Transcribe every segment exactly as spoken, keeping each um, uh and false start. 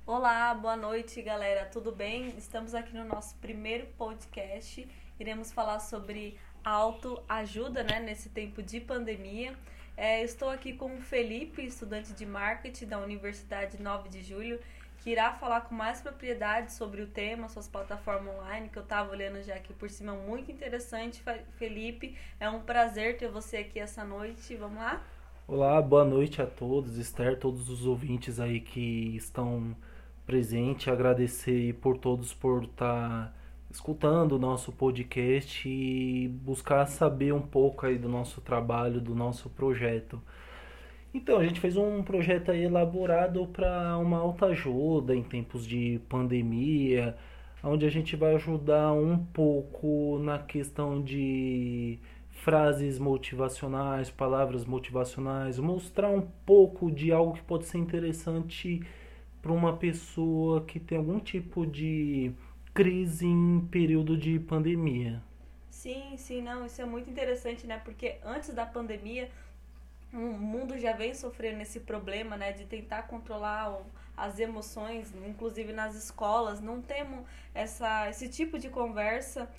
Olá, boa noite, galera. Tudo bem? Estamos aqui no nosso primeiro podcast. Iremos falar sobre autoajuda, né, nesse tempo de pandemia. É, estou aqui com o Felipe, estudante de marketing da Universidade nove de Julho, que irá falar com mais propriedade sobre o tema, suas plataformas online, que eu estava olhando já aqui por cima, muito interessante. Felipe, é um prazer ter você aqui essa noite. Vamos lá? Olá, boa noite a todos, Esther, todos os ouvintes aí que estão presentes. Agradecer por todos por estar escutando o nosso podcast e buscar saber um pouco aí do nosso trabalho, do nosso projeto. Então, a gente fez um projeto aí elaborado para uma autoajuda em tempos de pandemia, onde a gente vai ajudar um pouco na questão de frases motivacionais, palavras motivacionais, mostrar um pouco de algo que pode ser interessante para uma pessoa que tem algum tipo de crise em período de pandemia. Sim, sim, não, isso é muito interessante, né? Porque antes da pandemia, o mundo já vem sofrendo esse problema, né, de tentar controlar o, as emoções, inclusive nas escolas, não temos essa, esse tipo de conversa.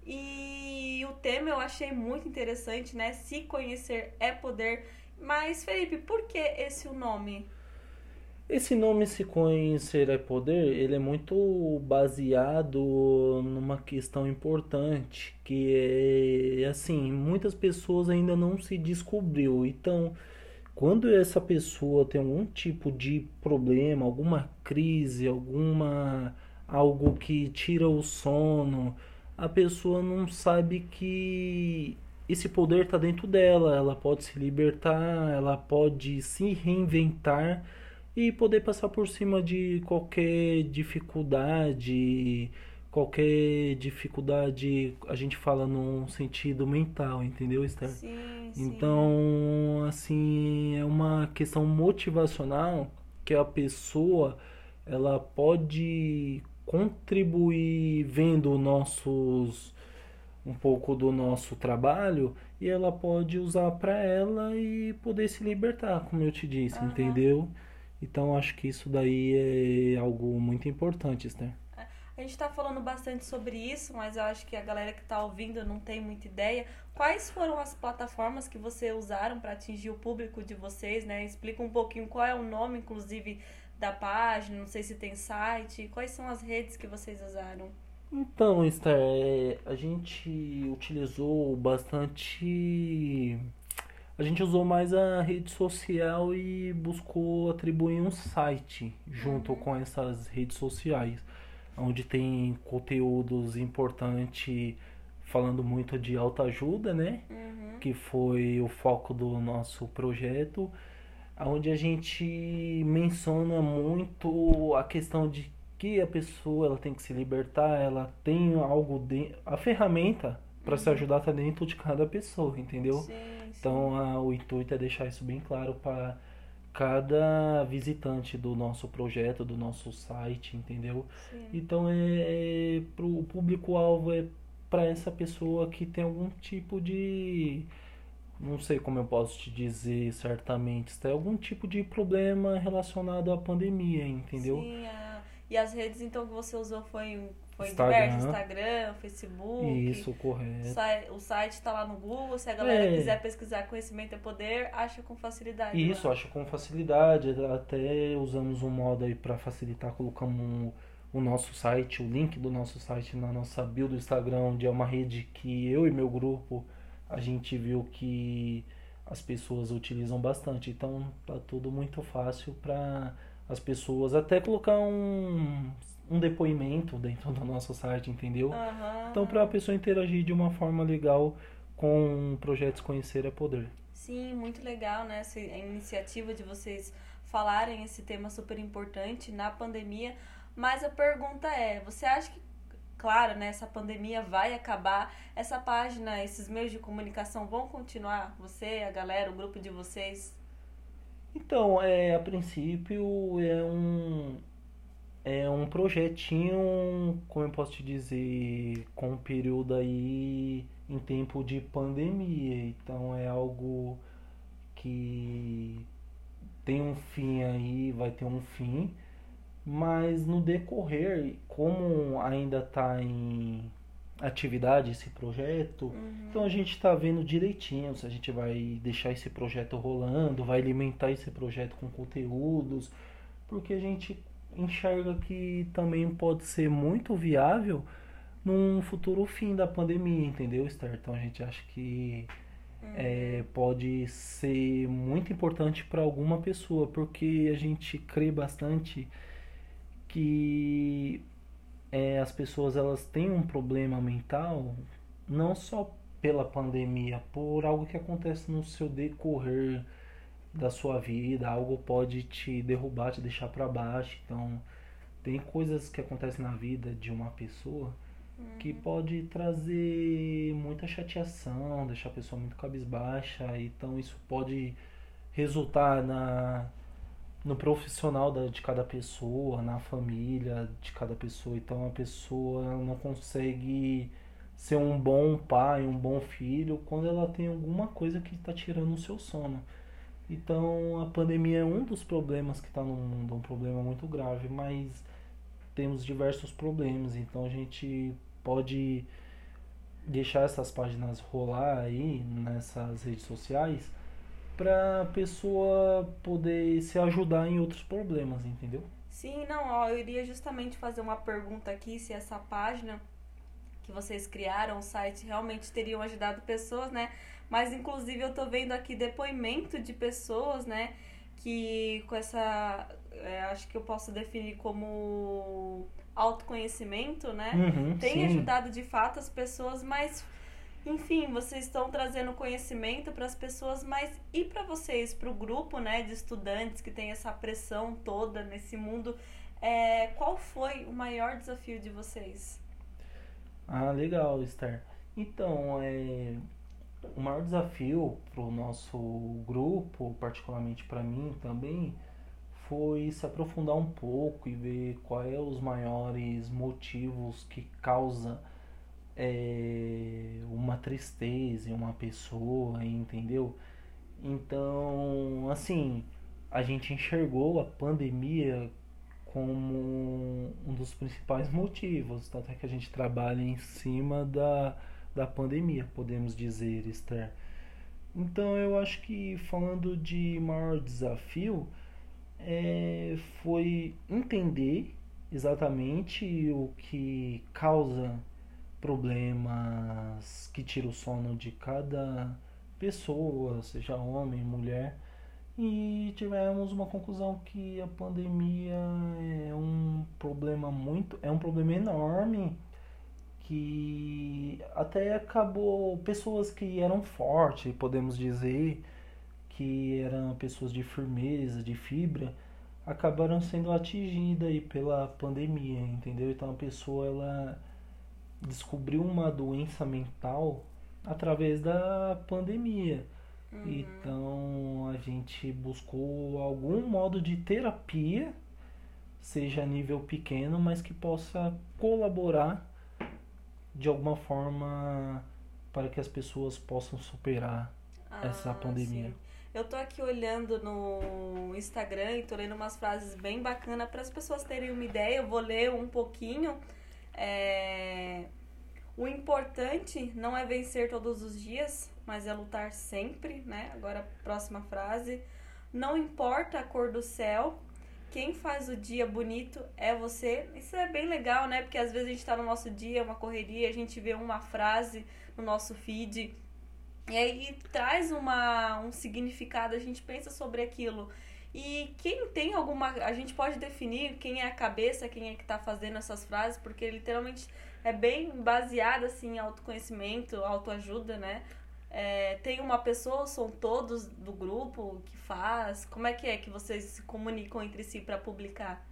E o tema eu achei muito interessante, né? Se conhecer é poder. Mas, Felipe, por que esse o nome? Esse nome Se Conhecer é Poder, ele é muito baseado numa questão importante, que é assim, muitas pessoas ainda não se descobriu. Então, quando essa pessoa tem algum tipo de problema, alguma crise, alguma algo que tira o sono, a pessoa não sabe que esse poder está dentro dela, ela pode se libertar, ela pode se reinventar e poder passar por cima de qualquer dificuldade, qualquer dificuldade, a gente fala num sentido mental, entendeu, Esther? Sim, sim. Então, assim, é uma questão motivacional que a pessoa ela pode contribuir vendo nossos um pouco do nosso trabalho e ela pode usar para ela e poder se libertar, como eu te disse, Aham. entendeu? Então acho que isso daí é algo muito importante, Esther. A gente tá falando bastante sobre isso, mas eu acho que a galera que tá ouvindo não tem muita ideia. Quais foram as plataformas que vocês usaram para atingir o público de vocês, né? Explica um pouquinho qual é o nome, inclusive, da página, não sei se tem site, quais são as redes que vocês usaram. Então, Esther, é, a gente utilizou bastante. A gente usou mais a rede social e buscou atribuir um site junto Uhum, com essas redes sociais, onde tem conteúdos importantes falando muito de autoajuda, né? uhum, Que foi o foco do nosso projeto, onde a gente menciona muito a questão de que a pessoa ela tem que se libertar, ela tem algo de a ferramenta para se uhum. ajudar tá dentro de cada pessoa, entendeu? Sim, sim, Então a, o intuito é deixar isso bem claro para cada visitante do nosso projeto, do nosso site, entendeu? sim. Então é, é pro público-alvo é para essa pessoa que tem algum tipo de, não sei como eu posso te dizer certamente, se tem algum tipo de problema relacionado à pandemia, entendeu? Sim, a... e as redes então que você usou foi, foi diversas, Instagram, Instagram, Facebook, isso, correto. sai- o site está lá no Google, se a galera É, quiser pesquisar conhecimento é poder, acha com facilidade isso, lá. acho com facilidade. Até usamos um modo aí para facilitar, colocamos um- o nosso site, o link do nosso site na nossa bio do Instagram, onde é uma rede que eu e meu grupo a gente viu que as pessoas utilizam bastante. Então tá tudo muito fácil para as pessoas até colocar um, um depoimento dentro do nosso site, entendeu? Aham, Então para a aham. pessoa interagir de uma forma legal com projetos Conhecer é Poder. Sim, muito legal, né? Essa iniciativa de vocês falarem esse tema super importante na pandemia. Mas a pergunta é, você acha que, claro, né, essa pandemia vai acabar, essa página, esses meios de comunicação vão continuar? Você, a galera, o grupo de vocês? Então, é, a princípio é um, é um projetinho, como eu posso te dizer, com um período aí em tempo de pandemia. Então é algo que tem um fim aí, vai ter um fim, Mas no decorrer, como ainda está em atividade esse projeto, então Uhum. a gente está vendo direitinho se a gente vai deixar esse projeto rolando, vai alimentar esse projeto com conteúdos, porque a gente enxerga que também pode ser muito viável num futuro fim da pandemia, entendeu, Esther? Então a gente acha que é, Uhum. pode ser muito importante para alguma pessoa, porque a gente crê bastante que é, as pessoas elas têm um problema mental não só pela pandemia, por algo que acontece no seu decorrer da sua vida, algo pode te derrubar, te deixar para baixo. Então, tem coisas que acontecem na vida de uma pessoa que Uhum. pode trazer muita chateação, deixar a pessoa muito cabisbaixa, então isso pode resultar na no profissional da, de cada pessoa, na família de cada pessoa. Então a pessoa não consegue ser um bom pai, um bom filho quando ela tem alguma coisa que está tirando o seu sono. Então a pandemia é um dos problemas que está no mundo, um problema muito grave, mas temos diversos problemas. Então a gente pode deixar essas páginas rolar aí nessas redes sociais para a pessoa poder se ajudar em outros problemas, entendeu? Sim, não, ó, eu iria justamente fazer uma pergunta aqui se essa página que vocês criaram, o site, realmente teriam ajudado pessoas, né? Mas inclusive eu tô vendo aqui depoimento de pessoas, né? Que com essa, é, acho que eu posso definir como autoconhecimento, né? Uhum, Tem sim. ajudado de fato as pessoas, mas enfim, vocês estão trazendo conhecimento para as pessoas, mas e para vocês, para o grupo, né, de estudantes que tem essa pressão toda nesse mundo, é, qual foi o maior desafio de vocês? Ah, legal, Esther. Então, é, o maior desafio para o nosso grupo, particularmente para mim também, foi se aprofundar um pouco e ver quais são os maiores motivos que causa é, uma tristeza em uma pessoa, entendeu? Então, assim, a gente enxergou a pandemia como um dos principais motivos, tanto é que a gente trabalha em cima da, da pandemia, podemos dizer, Esther. Então, eu acho que falando de maior desafio, é, foi entender exatamente o que causa problemas que tira o sono de cada pessoa, seja homem, mulher, e tivemos uma conclusão que a pandemia é um problema muito, é um problema enorme que até acabou pessoas que eram fortes, podemos dizer, que eram pessoas de firmeza, de fibra, acabaram sendo atingidas aí pela pandemia, entendeu? Então a pessoa ela descobriu uma doença mental através da pandemia. Uhum. Então a gente buscou algum modo de terapia, seja a nível pequeno, mas que possa colaborar de alguma forma para que as pessoas possam superar essa Ah, pandemia. sim. Eu tô aqui olhando no Instagram e tô lendo umas frases bem bacanas para as pessoas terem uma ideia. Eu vou ler um pouquinho. É, o importante não é vencer todos os dias, mas é lutar sempre, né? Agora, próxima frase. Não importa a cor do céu, quem faz o dia bonito é você. Isso é bem legal, né? Porque às vezes a gente tá no nosso dia, uma correria, a gente vê uma frase no nosso feed e aí traz uma, um significado, a gente pensa sobre aquilo. E quem tem alguma. A gente pode definir quem é a cabeça, quem é que tá fazendo essas frases, porque literalmente é bem baseado assim, em autoconhecimento, autoajuda, né? É, tem uma pessoa, ou são todos do grupo que faz? Como é que é que vocês se comunicam entre si para publicar?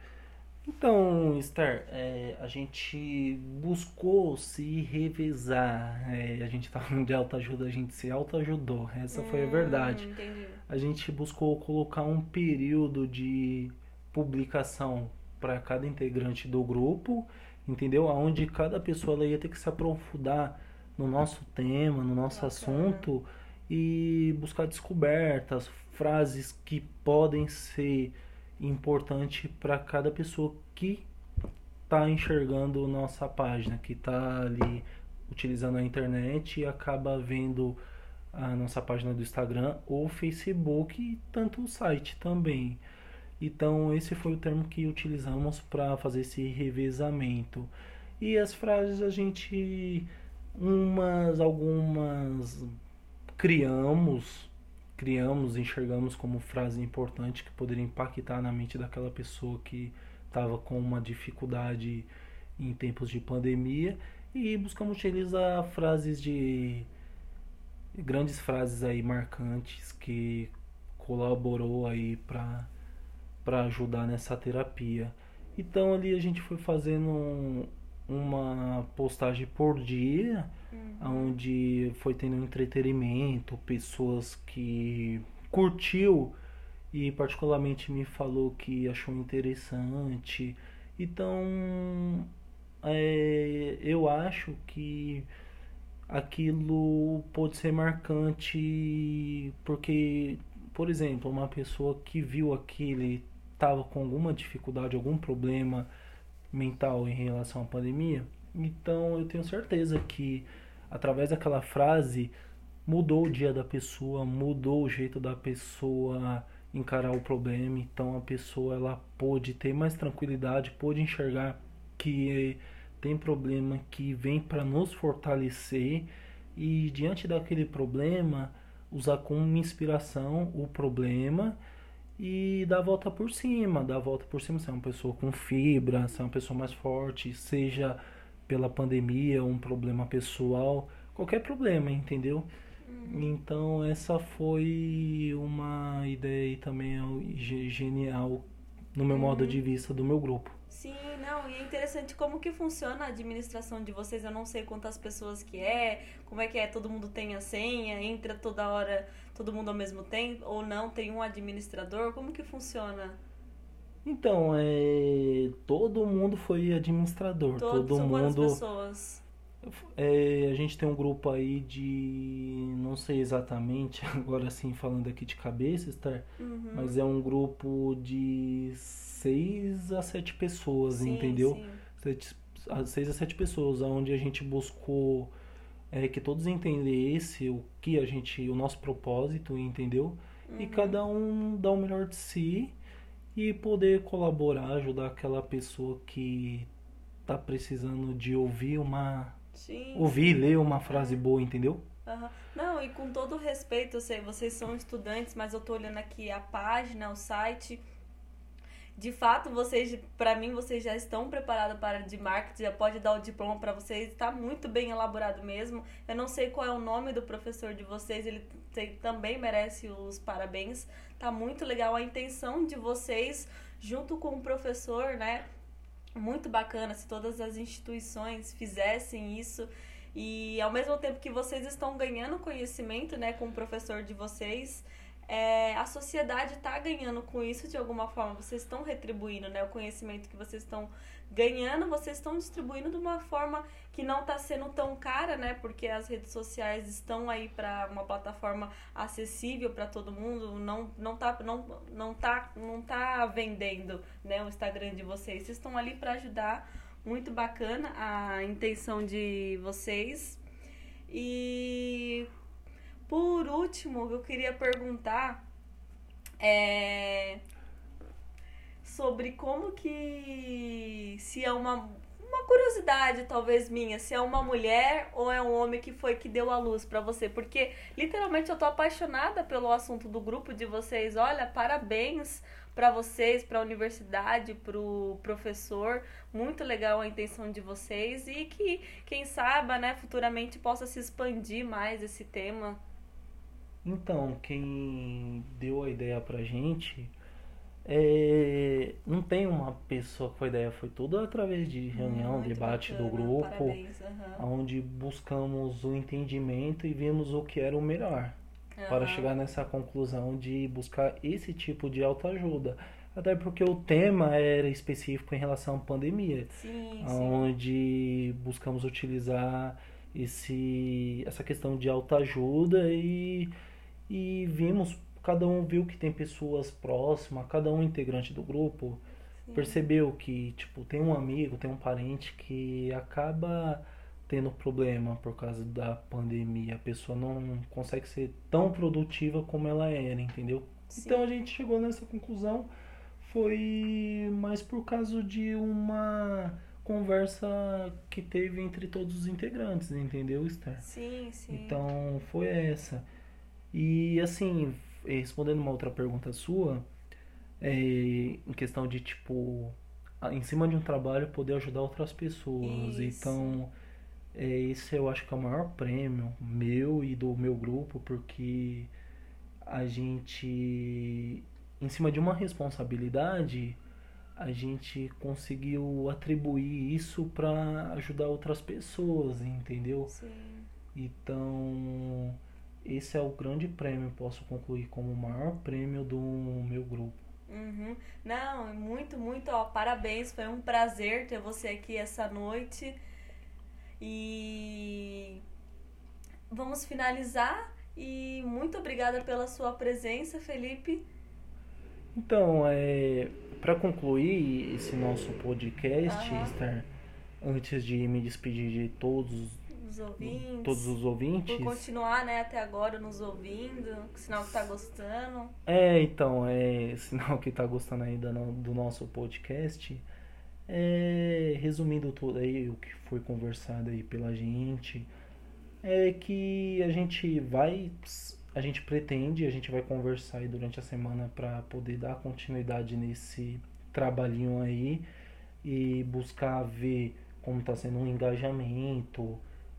Então, Esther, é, a gente buscou se revezar. É, a gente tá falando de autoajuda, a gente se autoajudou. Essa foi a verdade. Hum, entendi. A gente buscou colocar um período de publicação para cada integrante do grupo, entendeu? Onde cada pessoa ela ia ter que se aprofundar no nosso tema, no nosso Bacana. assunto e buscar descobertas, frases que podem ser importante para cada pessoa que está enxergando nossa página, que está ali utilizando a internet e acaba vendo a nossa página do Instagram ou Facebook e tanto o site também. Então esse foi o termo que utilizamos para fazer esse revezamento. E as frases a gente umas algumas criamos, criamos, enxergamos como frase importante que poderia impactar na mente daquela pessoa que estava com uma dificuldade em tempos de pandemia e buscamos utilizar frases de grandes frases aí marcantes que colaborou aí para para ajudar nessa terapia. Então ali a gente foi fazendo um, uma postagem por dia, Uhum. onde foi tendo entretenimento, pessoas que curtiu e particularmente me falou que achou interessante. Então, é, eu acho que aquilo pode ser marcante porque, por exemplo, uma pessoa que viu aquilo e estava com alguma dificuldade, algum problema mental em relação à pandemia, então eu tenho certeza que através daquela frase mudou o dia da pessoa, mudou o jeito da pessoa encarar o problema, então a pessoa ela pôde ter mais tranquilidade, pôde enxergar que tem problema que vem para nos fortalecer e diante daquele problema usar como inspiração o problema e dar a volta por cima, dar a volta por cima, ser uma pessoa com fibra, ser uma pessoa mais forte, seja pela pandemia, um problema pessoal, qualquer problema, entendeu? Uhum. Então essa foi uma ideia aí também genial no meu modo Uhum. de vista do meu grupo. Sim, não, e é interessante como que funciona a administração de vocês. Eu não sei quantas pessoas que é, como é que é, todo mundo tem a senha, entra toda hora todo mundo ao mesmo tempo, ou não, tem um administrador, como que funciona? Então, é, todo mundo foi administrador, Todos, todo são quantas mundo. pessoas? É, a gente tem um grupo aí de. Não sei exatamente, agora sim falando aqui de cabeça, Star, Uhum. mas é um grupo de seis a sete pessoas, Sim, entendeu? sim. Sete, a- seis a sete pessoas, onde a gente buscou é, que todos entendessem o que a gente, o nosso propósito, entendeu? E Uhum. cada um dá o melhor de si e poder colaborar, ajudar aquela pessoa que tá precisando de ouvir uma Sim, ouvir e sim. ler uma frase É. boa, entendeu? Aham. Não, e com todo respeito, eu sei, vocês são estudantes, mas eu tô olhando aqui a página, o site. De fato, vocês, para mim, vocês já estão preparados para a área de marketing, já pode dar o diploma para vocês, está muito bem elaborado mesmo. Eu não sei qual é o nome do professor de vocês, ele tem, também merece os parabéns. Tá muito legal a intenção de vocês, junto com o professor, né? Muito bacana se todas as instituições fizessem isso. E ao mesmo tempo que vocês estão ganhando conhecimento, né, com o professor de vocês, é, a sociedade está ganhando com isso de alguma forma. Vocês estão retribuindo, né, o conhecimento que vocês estão ganhando, vocês estão distribuindo de uma forma que não está sendo tão cara, né, porque as redes sociais estão aí para uma plataforma acessível para todo mundo. Não não tá não não tá não tá vendendo, né, o Instagram de vocês. Vocês estão ali para ajudar. Muito bacana a intenção de vocês. E por último, eu queria perguntar é, sobre como que se é uma uma curiosidade talvez minha, se é uma mulher ou é um homem que foi que deu a luz pra você, porque literalmente eu tô apaixonada pelo assunto do grupo de vocês. Olha, parabéns pra vocês, pra universidade, pro professor. Muito legal a intenção de vocês e que quem sabe, né, futuramente possa se expandir mais esse tema. Então, quem deu a ideia pra gente é, não tem uma pessoa com a ideia, foi tudo através de reunião, Muito debate do bacana, grupo, parabéns. Aham. onde buscamos o entendimento e vimos o que era o melhor para Aham. chegar nessa conclusão de buscar esse tipo de autoajuda. Até porque o tema era específico em relação à pandemia, Sim, sim. onde buscamos utilizar esse, essa questão de autoajuda e, e vimos cada um viu que tem pessoas próximas, cada um integrante do grupo Sim. percebeu que, tipo, tem um amigo, tem um parente que acaba tendo problema por causa da pandemia. A pessoa não consegue ser tão produtiva como ela era, entendeu? Sim. Então a gente chegou nessa conclusão, foi mais por causa de uma conversa que teve entre todos os integrantes, entendeu, Esther? Sim, sim. Então foi essa. E assim, respondendo uma outra pergunta sua, é, em questão de tipo, a- em cima de um trabalho poder ajudar outras pessoas. Isso. Então, é, esse eu acho que é o maior prêmio meu e do meu grupo, porque a gente, em cima de uma responsabilidade, a gente conseguiu atribuir isso para ajudar outras pessoas, entendeu? Sim. Então, esse é o grande prêmio, posso concluir como o maior prêmio do meu grupo. Uhum. Não, muito, muito, ó, parabéns, foi um prazer ter você aqui essa noite. E vamos finalizar. E muito obrigada pela sua presença, Felipe. Então, é, para concluir esse nosso podcast, Aham. Esther, antes de me despedir de todos, Os ouvintes. todos os Por ouvintes, continuar, né, até agora nos ouvindo, sinal que tá gostando. é, então, é sinal que tá gostando aí do, no- do nosso podcast. É, resumindo tudo aí o que foi conversado aí pela gente, é que a gente vai, a gente pretende, a gente vai conversar aí durante a semana para poder dar continuidade nesse trabalhinho aí e buscar ver como está sendo um engajamento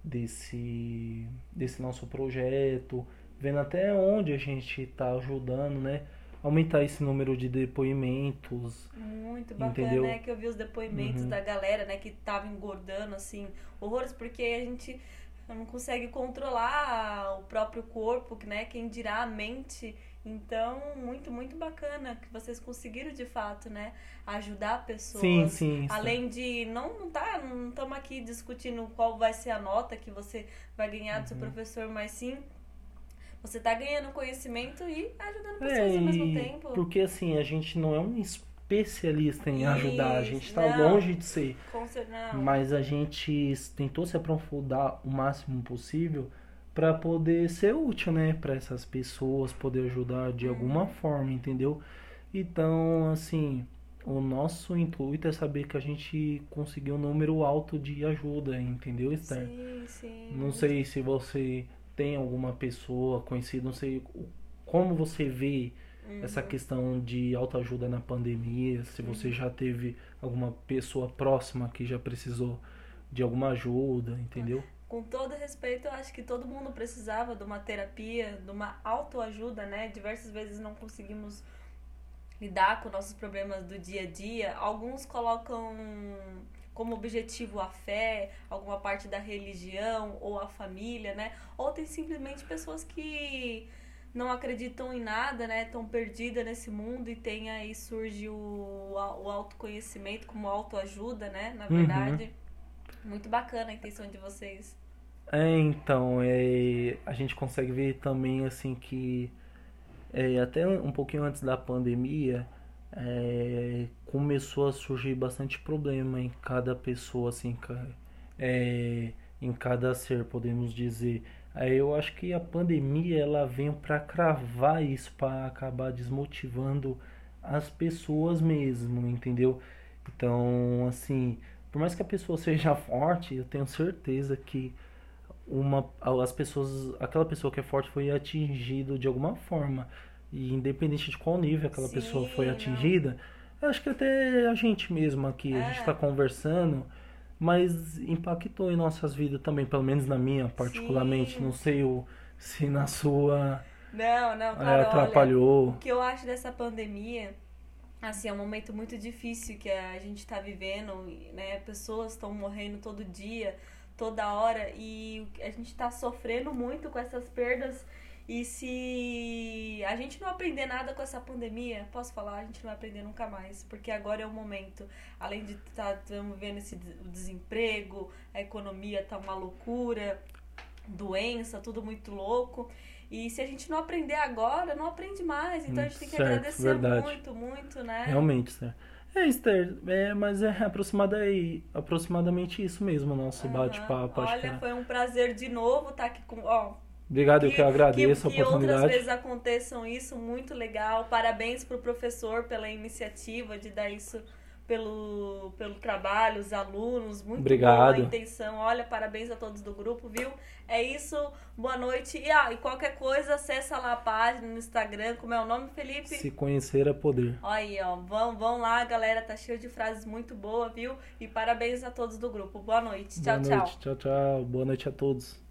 desse, desse nosso projeto, vendo até onde a gente está ajudando, né? Aumentar esse número de depoimentos, Muito bacana, entendeu? né? Que eu vi os depoimentos Uhum. da galera, né? Que tava engordando, assim, horrores, porque a gente não consegue controlar o próprio corpo, né? Quem dirá a mente. Então, muito, muito bacana que vocês conseguiram, de fato, né? Ajudar pessoas. Sim, sim, sim. Além de, não, não tá, não estamos aqui discutindo qual vai ser a nota que você vai ganhar do seu Uhum. professor, mas sim, você tá ganhando conhecimento e ajudando É, pessoas ao mesmo e tempo. porque assim, a gente não é um especialista em ajudar, a Isso, gente está não. longe de ser, Com cer- não. mas a gente tentou se aprofundar o máximo possível para poder ser útil, né, para essas pessoas, poder ajudar de alguma Uhum. forma, entendeu? Então, assim, o nosso intuito é saber que a gente conseguiu um número alto de ajuda, entendeu, Esther? Sim, sim. Não muito- sei se você tem alguma pessoa conhecida, não sei o- como você vê essa Uhum. questão de autoajuda na pandemia, se você já teve alguma pessoa próxima que já precisou de alguma ajuda, entendeu? Com todo respeito, eu acho que todo mundo precisava de uma terapia, de uma autoajuda, né? Diversas vezes não conseguimos lidar com nossos problemas do dia a dia. Alguns colocam como objetivo a fé, alguma parte da religião ou a família, né? Ou tem simplesmente pessoas que não acreditam em nada, né? Estão perdidas nesse mundo e tem aí surge o, o autoconhecimento como autoajuda, né? Na Uhum. verdade, muito bacana a intenção de vocês. É, então, é, a gente consegue ver também assim que é, até um pouquinho antes da pandemia, é, começou a surgir bastante problema em cada pessoa, assim, ca- é, em cada ser, podemos dizer. Aí eu acho que a pandemia ela veio para cravar isso, para acabar desmotivando as pessoas mesmo, entendeu? Então, assim, por mais que a pessoa seja forte, eu tenho certeza que uma as pessoas aquela pessoa que é forte foi atingida de alguma forma e independente de qual nível aquela pessoa foi Sim, não. atingida, eu acho que até a gente mesmo aqui a gente está É, conversando, mas impactou em nossas vidas também, pelo menos na minha particularmente, não sim. sei o, se na sua Não, não, é, cara, olha, o atrapalhou. que eu acho dessa pandemia, assim, é um momento muito difícil que a gente tá vivendo, né? Pessoas estão morrendo todo dia, toda hora, e a gente tá sofrendo muito com essas perdas. E se a gente não aprender nada com essa pandemia, posso falar, a gente não vai aprender nunca mais, porque agora é o momento. Além de estar tá, vendo esse des- o desemprego, a economia tá uma loucura, doença, tudo muito louco. E se a gente não aprender agora, não aprende mais. Então a gente tem que Certo, agradecer verdade. muito, muito, né? Realmente, Esther. É, Esther, é, mas é aproximada, aproximadamente isso mesmo, o nosso Aham. bate-papo. Acho que Olha, é. foi um prazer de novo estar aqui com. Ó, Obrigado, eu que, que agradeço que, a que outras oportunidade. vezes aconteçam isso, muito legal. Parabéns pro professor pela iniciativa de dar isso pelo, pelo trabalho, os alunos, muito Obrigado. boa a intenção. Olha, parabéns a todos do grupo, viu? É isso, boa noite. E, ah, e qualquer coisa, acessa lá a página no Instagram, como é o nome, Felipe? Se conhecer é poder. Olha aí, ó, vão, vão lá, galera, tá cheio de frases muito boas, viu? E parabéns a todos do grupo. Boa noite, tchau, Boa tchau. noite, tchau, tchau. Boa noite a todos.